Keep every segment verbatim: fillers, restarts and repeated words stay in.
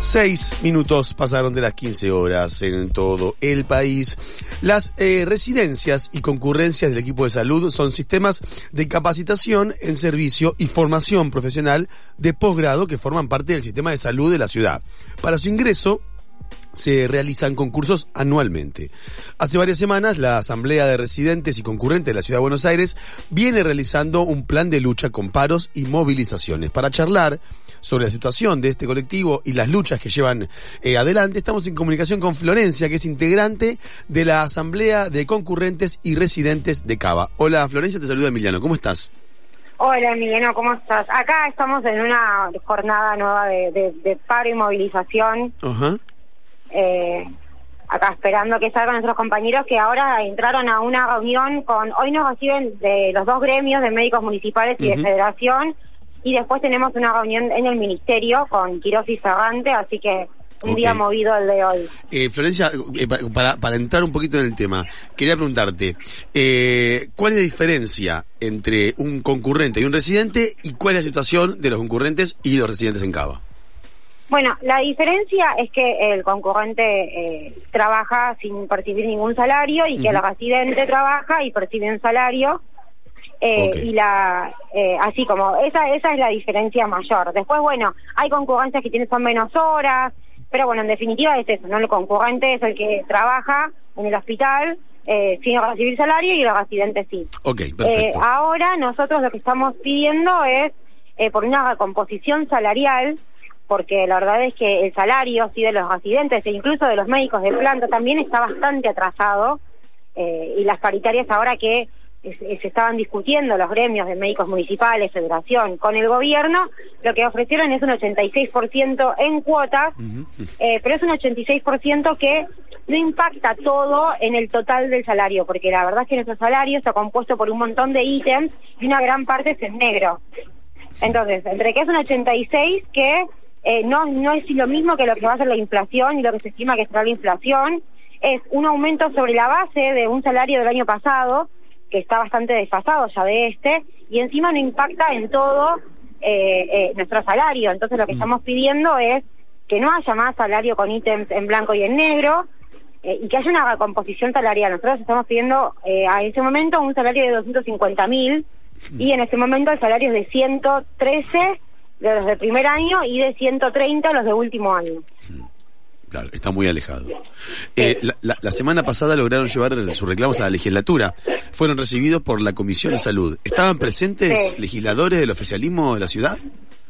Seis minutos pasaron de las quince horas en todo el país. Las eh, residencias y concurrencias del equipo de salud son sistemas de capacitación en servicio y formación profesional de posgrado que forman parte del sistema de salud de la ciudad. Para su ingreso se realizan concursos anualmente. Hace varias semanas, la Asamblea de Residentes y Concurrentes de la Ciudad de Buenos Aires viene realizando un plan de lucha con paros y movilizaciones. Para charlar sobre la situación de este colectivo y las luchas que llevan eh, adelante, estamos en comunicación con Florencia, que es integrante de la Asamblea de Concurrentes y Residentes de Cava. Hola Florencia, te saluda Emiliano, ¿cómo estás? Hola Emiliano, ¿cómo estás? Acá estamos en una jornada nueva de, de, de paro y movilización. Ajá. Uh-huh. Eh, acá esperando que salgan nuestros compañeros que ahora entraron a una reunión con, hoy nos reciben de los dos gremios de médicos municipales y uh-huh. de federación, y después tenemos una reunión en el ministerio con Quirós y Ferrante, así que un okay. día movido el de hoy. Eh, Florencia, eh, para, para entrar un poquito en el tema, quería preguntarte, eh, ¿cuál es la diferencia entre un concurrente y un residente, y cuál es la situación de los concurrentes y los residentes en Cava? Bueno, la diferencia es que el concurrente eh, trabaja sin percibir ningún salario y uh-huh. que el residente trabaja y percibe un salario. Eh, okay. Y la eh, así como esa esa es la diferencia mayor. Después, bueno, hay concurrencias que tienen son menos horas, pero bueno, en definitiva es eso, ¿no? El concurrente es el que trabaja en el hospital eh, sin recibir salario, y el residente sí. Okay, perfecto. Eh, ahora nosotros lo que estamos pidiendo es eh, por una recomposición salarial, porque la verdad es que el salario sí de los residentes e incluso de los médicos de planta también está bastante atrasado, eh, y las paritarias ahora que se estaban discutiendo los gremios de médicos municipales, federación, con el gobierno, lo que ofrecieron es un ochenta y seis por ciento en cuotas, uh-huh. eh, pero es un ochenta y seis por ciento que no impacta todo en el total del salario, porque la verdad es que nuestro salario está compuesto por un montón de ítems y una gran parte es en negro. Entonces, entre que es un ochenta y seis que eh, no, no es lo mismo que lo que va a ser la inflación y lo que se estima que será la inflación, es un aumento sobre la base de un salario del año pasado, que está bastante desfasado ya de este, y encima no impacta en todo eh, eh, nuestro salario. Entonces lo que mm. estamos pidiendo es que no haya más salario con ítems en blanco y en negro, eh, y que haya una recomposición salarial. Nosotros estamos pidiendo eh, a ese momento un salario de doscientos cincuenta mil, mm. y en ese momento el salario es de ciento trece de los del primer año y de ciento treinta los de último año. Mm. Claro, está muy alejado. Eh, la, la, la semana pasada lograron llevar sus reclamos a la legislatura. Fueron recibidos por la Comisión de Salud. ¿Estaban presentes sí. legisladores del oficialismo de la ciudad?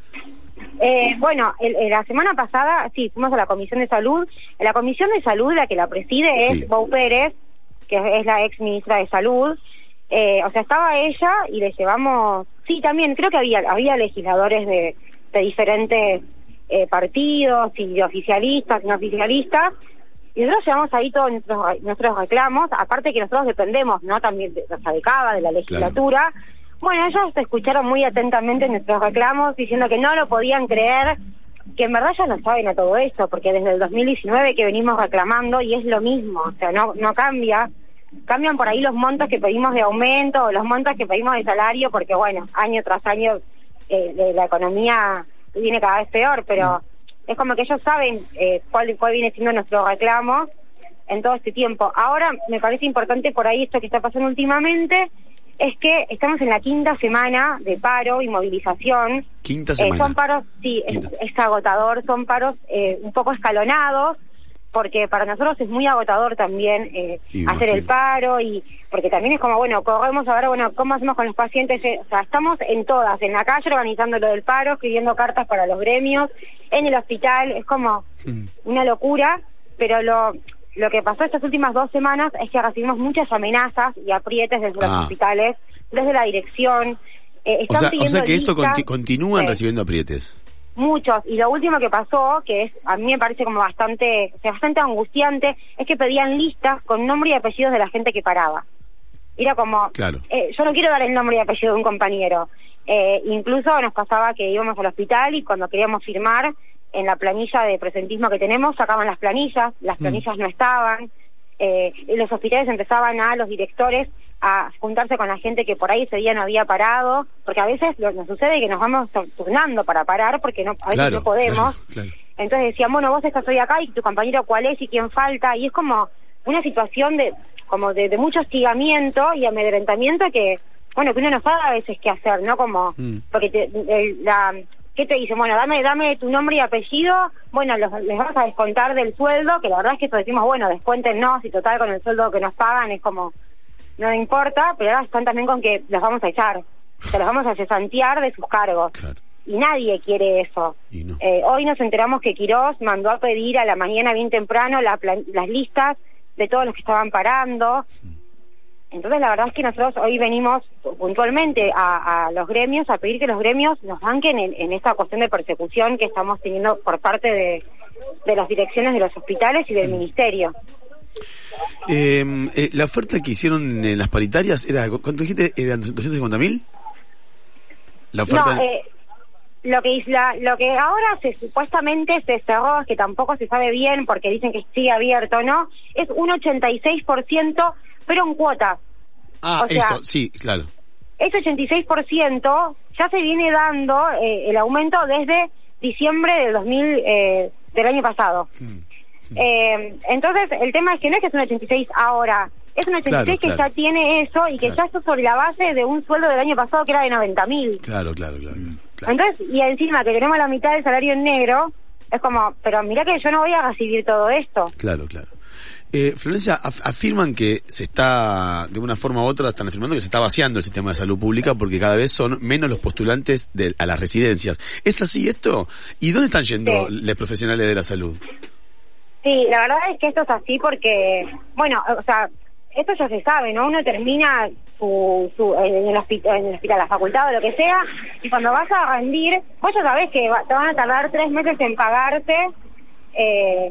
Eh, bueno, el, el, la semana pasada, sí, fuimos a la Comisión de Salud. La Comisión de Salud, la que la preside es sí. Bou Pérez, que es la ex ministra de Salud. Eh, o sea, estaba ella y le llevamos... Sí, también, creo que había había legisladores de, de diferentes... Eh, partidos y oficialistas y no oficialistas, y nosotros llevamos ahí todos nuestros, nuestros reclamos, aparte que nosotros dependemos, ¿no? También de, o sea, de Cava, de la legislatura. Claro. Bueno, ellos escucharon muy atentamente nuestros reclamos, diciendo que no lo podían creer, que en verdad ya no saben a todo esto, porque desde el dos mil diecinueve que venimos reclamando y es lo mismo, o sea, no, no cambia. Cambian por ahí los montos que pedimos de aumento o los montos que pedimos de salario, porque bueno, año tras año eh, de la economía viene cada vez peor, pero es como que ellos saben eh, cuál, cuál viene siendo nuestro reclamo en todo este tiempo. Ahora me parece importante por ahí esto que está pasando últimamente, es que estamos en la quinta semana de paro y movilización. Quinta semana. Eh, son paros, sí, es, es agotador, son paros eh, un poco escalonados, porque para nosotros es muy agotador también eh, hacer el paro, y porque también es como, bueno, corremos a ver, bueno, ¿cómo hacemos con los pacientes? O sea, estamos en todas, en la calle organizando lo del paro, escribiendo cartas para los gremios, en el hospital, es como mm. una locura, pero lo lo que pasó estas últimas dos semanas es que recibimos muchas amenazas y aprietes desde ah. los hospitales, desde la dirección. Eh, están o sea, o sea que listas, esto conti- continúan eh, recibiendo aprietes. Muchos, y lo último que pasó, que es a mí me parece como bastante, o sea, bastante angustiante, es que pedían listas con nombre y apellidos de la gente que paraba. Era como, claro. eh, yo no quiero dar el nombre y apellido de un compañero. Eh, incluso nos pasaba que íbamos al hospital y cuando queríamos firmar, en la planilla de presentismo que tenemos, sacaban las planillas, las planillas mm. no estaban, eh, y los hospitales empezaban a los directores a juntarse con la gente que por ahí ese día no había parado, porque a veces lo, nos sucede que nos vamos turnando para parar, porque no a veces claro, no podemos, claro, claro. Entonces decían, bueno, vos estás hoy acá y tu compañero cuál es y quién falta, y es como una situación de como de, de mucho hostigamiento y amedrentamiento que, bueno, que uno no sabe a veces qué hacer, ¿no? Como, mm. porque te, el, la... ¿Qué te dicen? Bueno, dame dame tu nombre y apellido, bueno, los, les vas a descontar del sueldo, que la verdad es que eso decimos, bueno, descuéntenos, y total con el sueldo que nos pagan es como, no importa, pero ahora están también con que los vamos a echar, que los vamos a cesantear de sus cargos. Claro. Y nadie quiere eso. Y no. eh, hoy nos enteramos que Quirós mandó a pedir a la mañana bien temprano la plan, las listas de todos los que estaban parando. Sí. Entonces la verdad es que nosotros hoy venimos puntualmente a, a los gremios a pedir que los gremios nos banquen en, en esta cuestión de persecución que estamos teniendo por parte de, de las direcciones de los hospitales y del mm. ministerio. Eh, eh, la oferta que hicieron en las paritarias era, ¿cuánto dijiste? ¿Eran doscientos cincuenta mil? La oferta... No, eh, lo que la, lo que ahora se supuestamente se cerró, que tampoco se sabe bien porque dicen que sigue abierto, ¿no? Es un ochenta y seis por ciento, pero en cuotas. Ah, o sea, eso, sí, claro. Ese ochenta y seis por ciento ya se viene dando eh, el aumento desde diciembre del dos mil, eh, del año pasado. Hmm, hmm. Eh, entonces, el tema es que no es que es un ochenta y seis ahora, es un ochenta y seis claro, que claro. ya tiene eso y que claro. ya está sobre la base de un sueldo del año pasado que era de noventa mil. Claro, claro, claro, claro. Entonces, y encima que queremos la mitad del salario en negro, es como, pero mirá que yo no voy a recibir todo esto. Claro, claro. Eh, Florencia, af afirman que se está, de una forma u otra, están afirmando que se está vaciando el sistema de salud pública porque cada vez son menos los postulantes de, a las residencias. ¿Es así esto? ¿Y dónde están yendo sí. los profesionales de la salud? Sí, la verdad es que esto es así porque, bueno, o sea, esto ya se sabe, ¿no? Uno termina su, su en, el hospital, en el hospital, la facultad o lo que sea, y cuando vas a rendir, vos ya sabés que va, te van a tardar tres meses en pagarte, eh...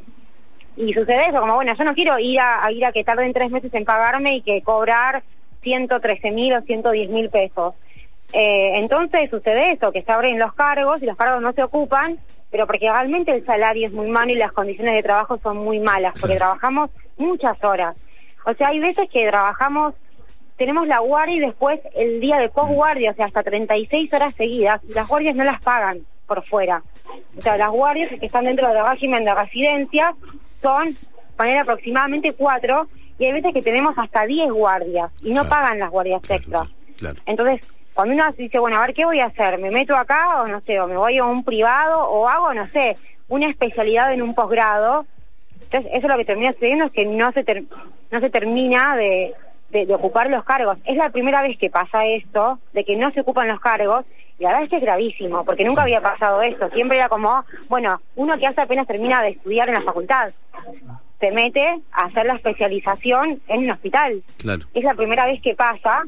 y sucede eso, como bueno, yo no quiero ir a, a ir a que tarden tres meses en pagarme y que cobrar ciento trece mil o ciento diez mil pesos. Eh, entonces sucede eso, que se abren los cargos y los cargos no se ocupan, pero porque realmente el salario es muy malo y las condiciones de trabajo son muy malas, porque sí. trabajamos muchas horas. O sea, hay veces que trabajamos, tenemos la guardia y después el día de posguardia, o sea, hasta treinta y seis horas seguidas, y las guardias no las pagan por fuera. O sea, las guardias que están dentro del régimen de residencia son, poner aproximadamente cuatro, y hay veces que tenemos hasta diez guardias, y no claro, pagan las guardias claro, extras. Claro. Entonces, cuando uno dice, bueno, a ver, ¿qué voy a hacer? ¿Me meto acá o no sé, o me voy a un privado, o hago, no sé, una especialidad en un posgrado? Entonces, eso lo que termina sucediendo es que no se ter no se termina de, de, de ocupar los cargos. Es la primera vez que pasa esto, de que no se ocupan los cargos, y la verdad es que es gravísimo, porque nunca había pasado esto. Siempre era como, bueno, uno que hace apenas termina de estudiar en la facultad, se mete a hacer la especialización en un hospital. Claro. Es la primera vez que pasa,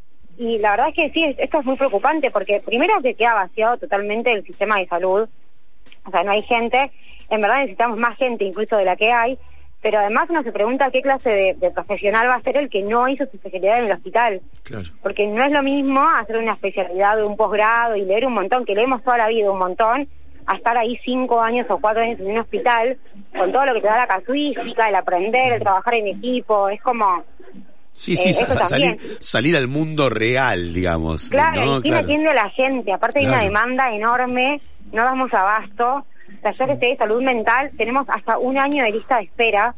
y la verdad es que sí, esto es muy preocupante, porque primero que queda vaciado totalmente el sistema de salud, o sea, no hay gente, en verdad necesitamos más gente incluso de la que hay, pero además uno se pregunta qué clase de, de profesional va a ser el que no hizo su especialidad en el hospital. Claro. Porque no es lo mismo hacer una especialidad de un posgrado y leer un montón, que leemos toda la vida un montón, a estar ahí cinco años o cuatro años en un hospital, con todo lo que te da la casuística, el aprender, el trabajar en equipo, es como... Sí, sí, eh, sa salir, salir al mundo real, digamos. Claro, ¿no? y quién claro. atiende a la gente, aparte claro. hay una demanda enorme, no damos abasto. O sea, yo que sé de salud mental, tenemos hasta un año de lista de espera,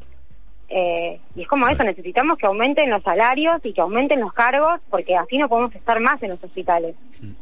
eh, y es como claro. eso, necesitamos que aumenten los salarios y que aumenten los cargos, porque así no podemos estar más en los hospitales.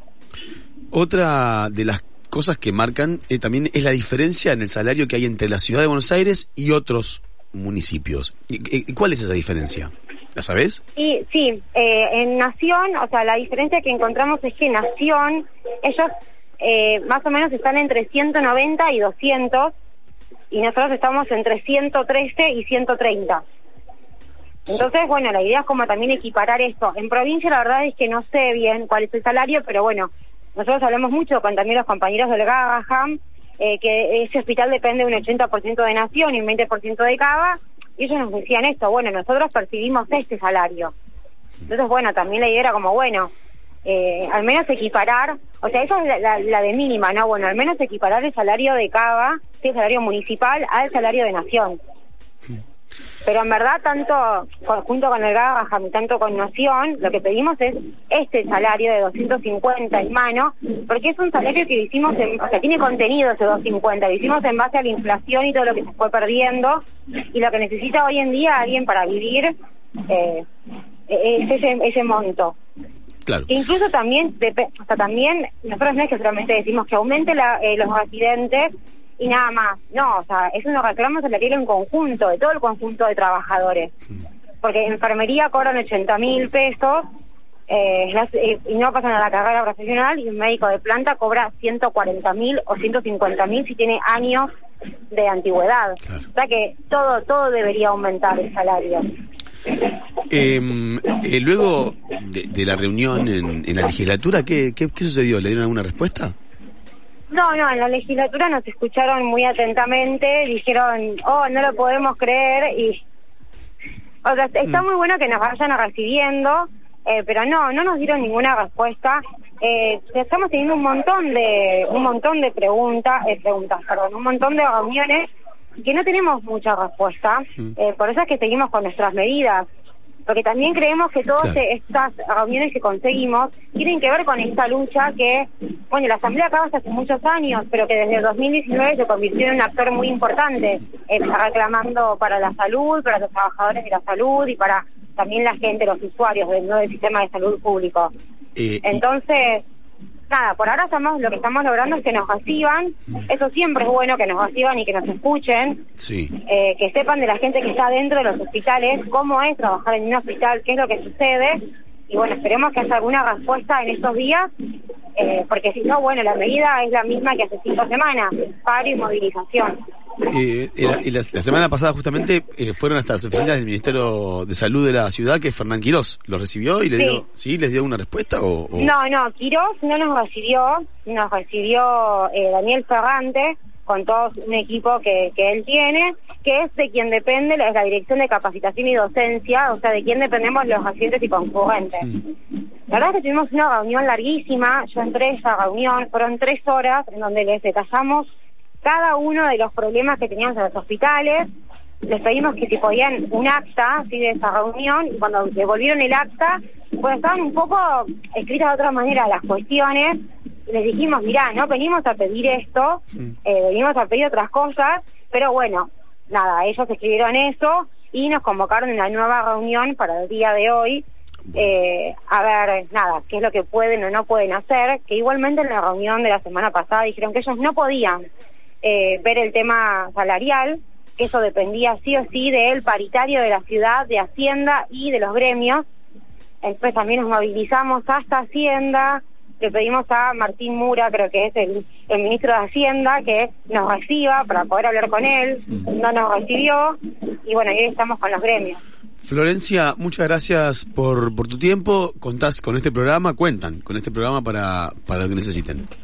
Otra de las cosas que marcan eh, también es la diferencia en el salario que hay entre la ciudad de Buenos Aires y otros municipios. ¿Y, y, cuál es esa diferencia? ¿La sabés? Sí, sí, eh, en Nación, o sea, la diferencia que encontramos es que Nación, ellos eh, más o menos están entre ciento noventa y doscientos, y nosotros estamos entre ciento trece y ciento treinta. Entonces, bueno, la idea es como también equiparar esto. En provincia la verdad es que no sé bien cuál es el salario, pero bueno, nosotros hablamos mucho con también los compañeros del Gagaham, eh, que ese hospital depende de un ochenta por ciento de Nación y un veinte por ciento de Cava, y ellos nos decían esto, bueno, nosotros percibimos este salario. Entonces, bueno, también la idea era como, bueno, eh, al menos equiparar, o sea, esa es la, la, la de mínima, ¿no? Bueno, al menos equiparar el salario de Cava, el salario municipal, al salario de Nación. Pero en verdad, tanto junto con el Gagaham y tanto con Nación, lo que pedimos es este salario de doscientos cincuenta en mano, porque es un salario que hicimos, en, o sea, tiene contenido ese doscientos cincuenta, lo hicimos en base a la inflación y todo lo que se fue perdiendo, y lo que necesita hoy en día alguien para vivir eh, es ese, ese monto. Claro. Que incluso también, o sea, también nosotros no es que solamente decimos que aumente la, eh, los accidentes y nada más, no, o sea, es un reclamo salarial en conjunto, de todo el conjunto de trabajadores, sí. Porque enfermería cobran ochenta mil pesos eh, las, eh, y no pasan a la carrera profesional, y un médico de planta cobra ciento cuarenta mil o ciento cincuenta mil si tiene años de antigüedad, claro. O sea que todo, todo debería aumentar el salario. Eh, eh, luego de, de la reunión en, en la legislatura, ¿qué, qué, ¿qué sucedió? ¿Le dieron alguna respuesta? No, no, en la legislatura nos escucharon muy atentamente, dijeron, oh, no lo podemos creer, y o sea, está muy bueno que nos vayan recibiendo, eh, pero no, no nos dieron ninguna respuesta. Eh, estamos teniendo un montón de, un montón de preguntas, eh, preguntas, perdón, un montón de reuniones que no tenemos mucha respuesta, eh, por eso es que seguimos con nuestras medidas. Porque también creemos que todas claro. estas reuniones que conseguimos tienen que ver con esta lucha que, bueno, la Asamblea acaba hace muchos años, pero que desde el dos mil diecinueve se convirtió en un actor muy importante, eh, reclamando para la salud, para los trabajadores de la salud y para también la gente, los usuarios del nuevo sistema de salud público. Eh, Entonces, nada, por ahora estamos, lo que estamos logrando es que nos reciban, eso siempre es bueno, que nos reciban y que nos escuchen, sí. eh, que sepan de la gente que está dentro de los hospitales, cómo es trabajar en un hospital, qué es lo que sucede, y bueno, esperemos que haya alguna respuesta en estos días, eh, porque si no, bueno, la medida es la misma que hace cinco semanas, paro y movilización. Eh, la, la, la semana pasada justamente eh, fueron hasta las oficinas del Ministerio de Salud de la ciudad, que es Fernán Quirós. ¿Lo recibió y le sí. dio, sí, les dio una respuesta? O, o... No, no, Quirós no nos recibió, nos recibió eh, Daniel Ferrante, con todo un equipo que, que él tiene, que es de quien depende, es la Dirección de Capacitación y Docencia, o sea, de quien dependemos los pacientes y concurrentes. Sí. La verdad es que tuvimos una reunión larguísima, yo entré a esa reunión, fueron tres horas en donde les detallamos cada uno de los problemas que teníamos en los hospitales, les pedimos que si podían un acta así de esa reunión, y cuando devolvieron el acta, pues estaban un poco escritas de otra manera las cuestiones, y les dijimos, mirá, no venimos a pedir esto, eh, venimos a pedir otras cosas, pero bueno, nada, ellos escribieron eso y nos convocaron en la nueva reunión para el día de hoy, eh, a ver, nada, qué es lo que pueden o no pueden hacer, que igualmente en la reunión de la semana pasada dijeron que ellos no podían Eh, ver el tema salarial, que eso dependía sí o sí del paritario de la ciudad, de Hacienda y de los gremios. Después también nos movilizamos hasta Hacienda, le pedimos a Martín Mura, creo que es el, el ministro de Hacienda, que nos reciba para poder hablar con él, no nos recibió, y bueno, hoy estamos con los gremios. Florencia, muchas gracias por, por tu tiempo, contás con este programa, cuentan con este programa para, para lo que necesiten.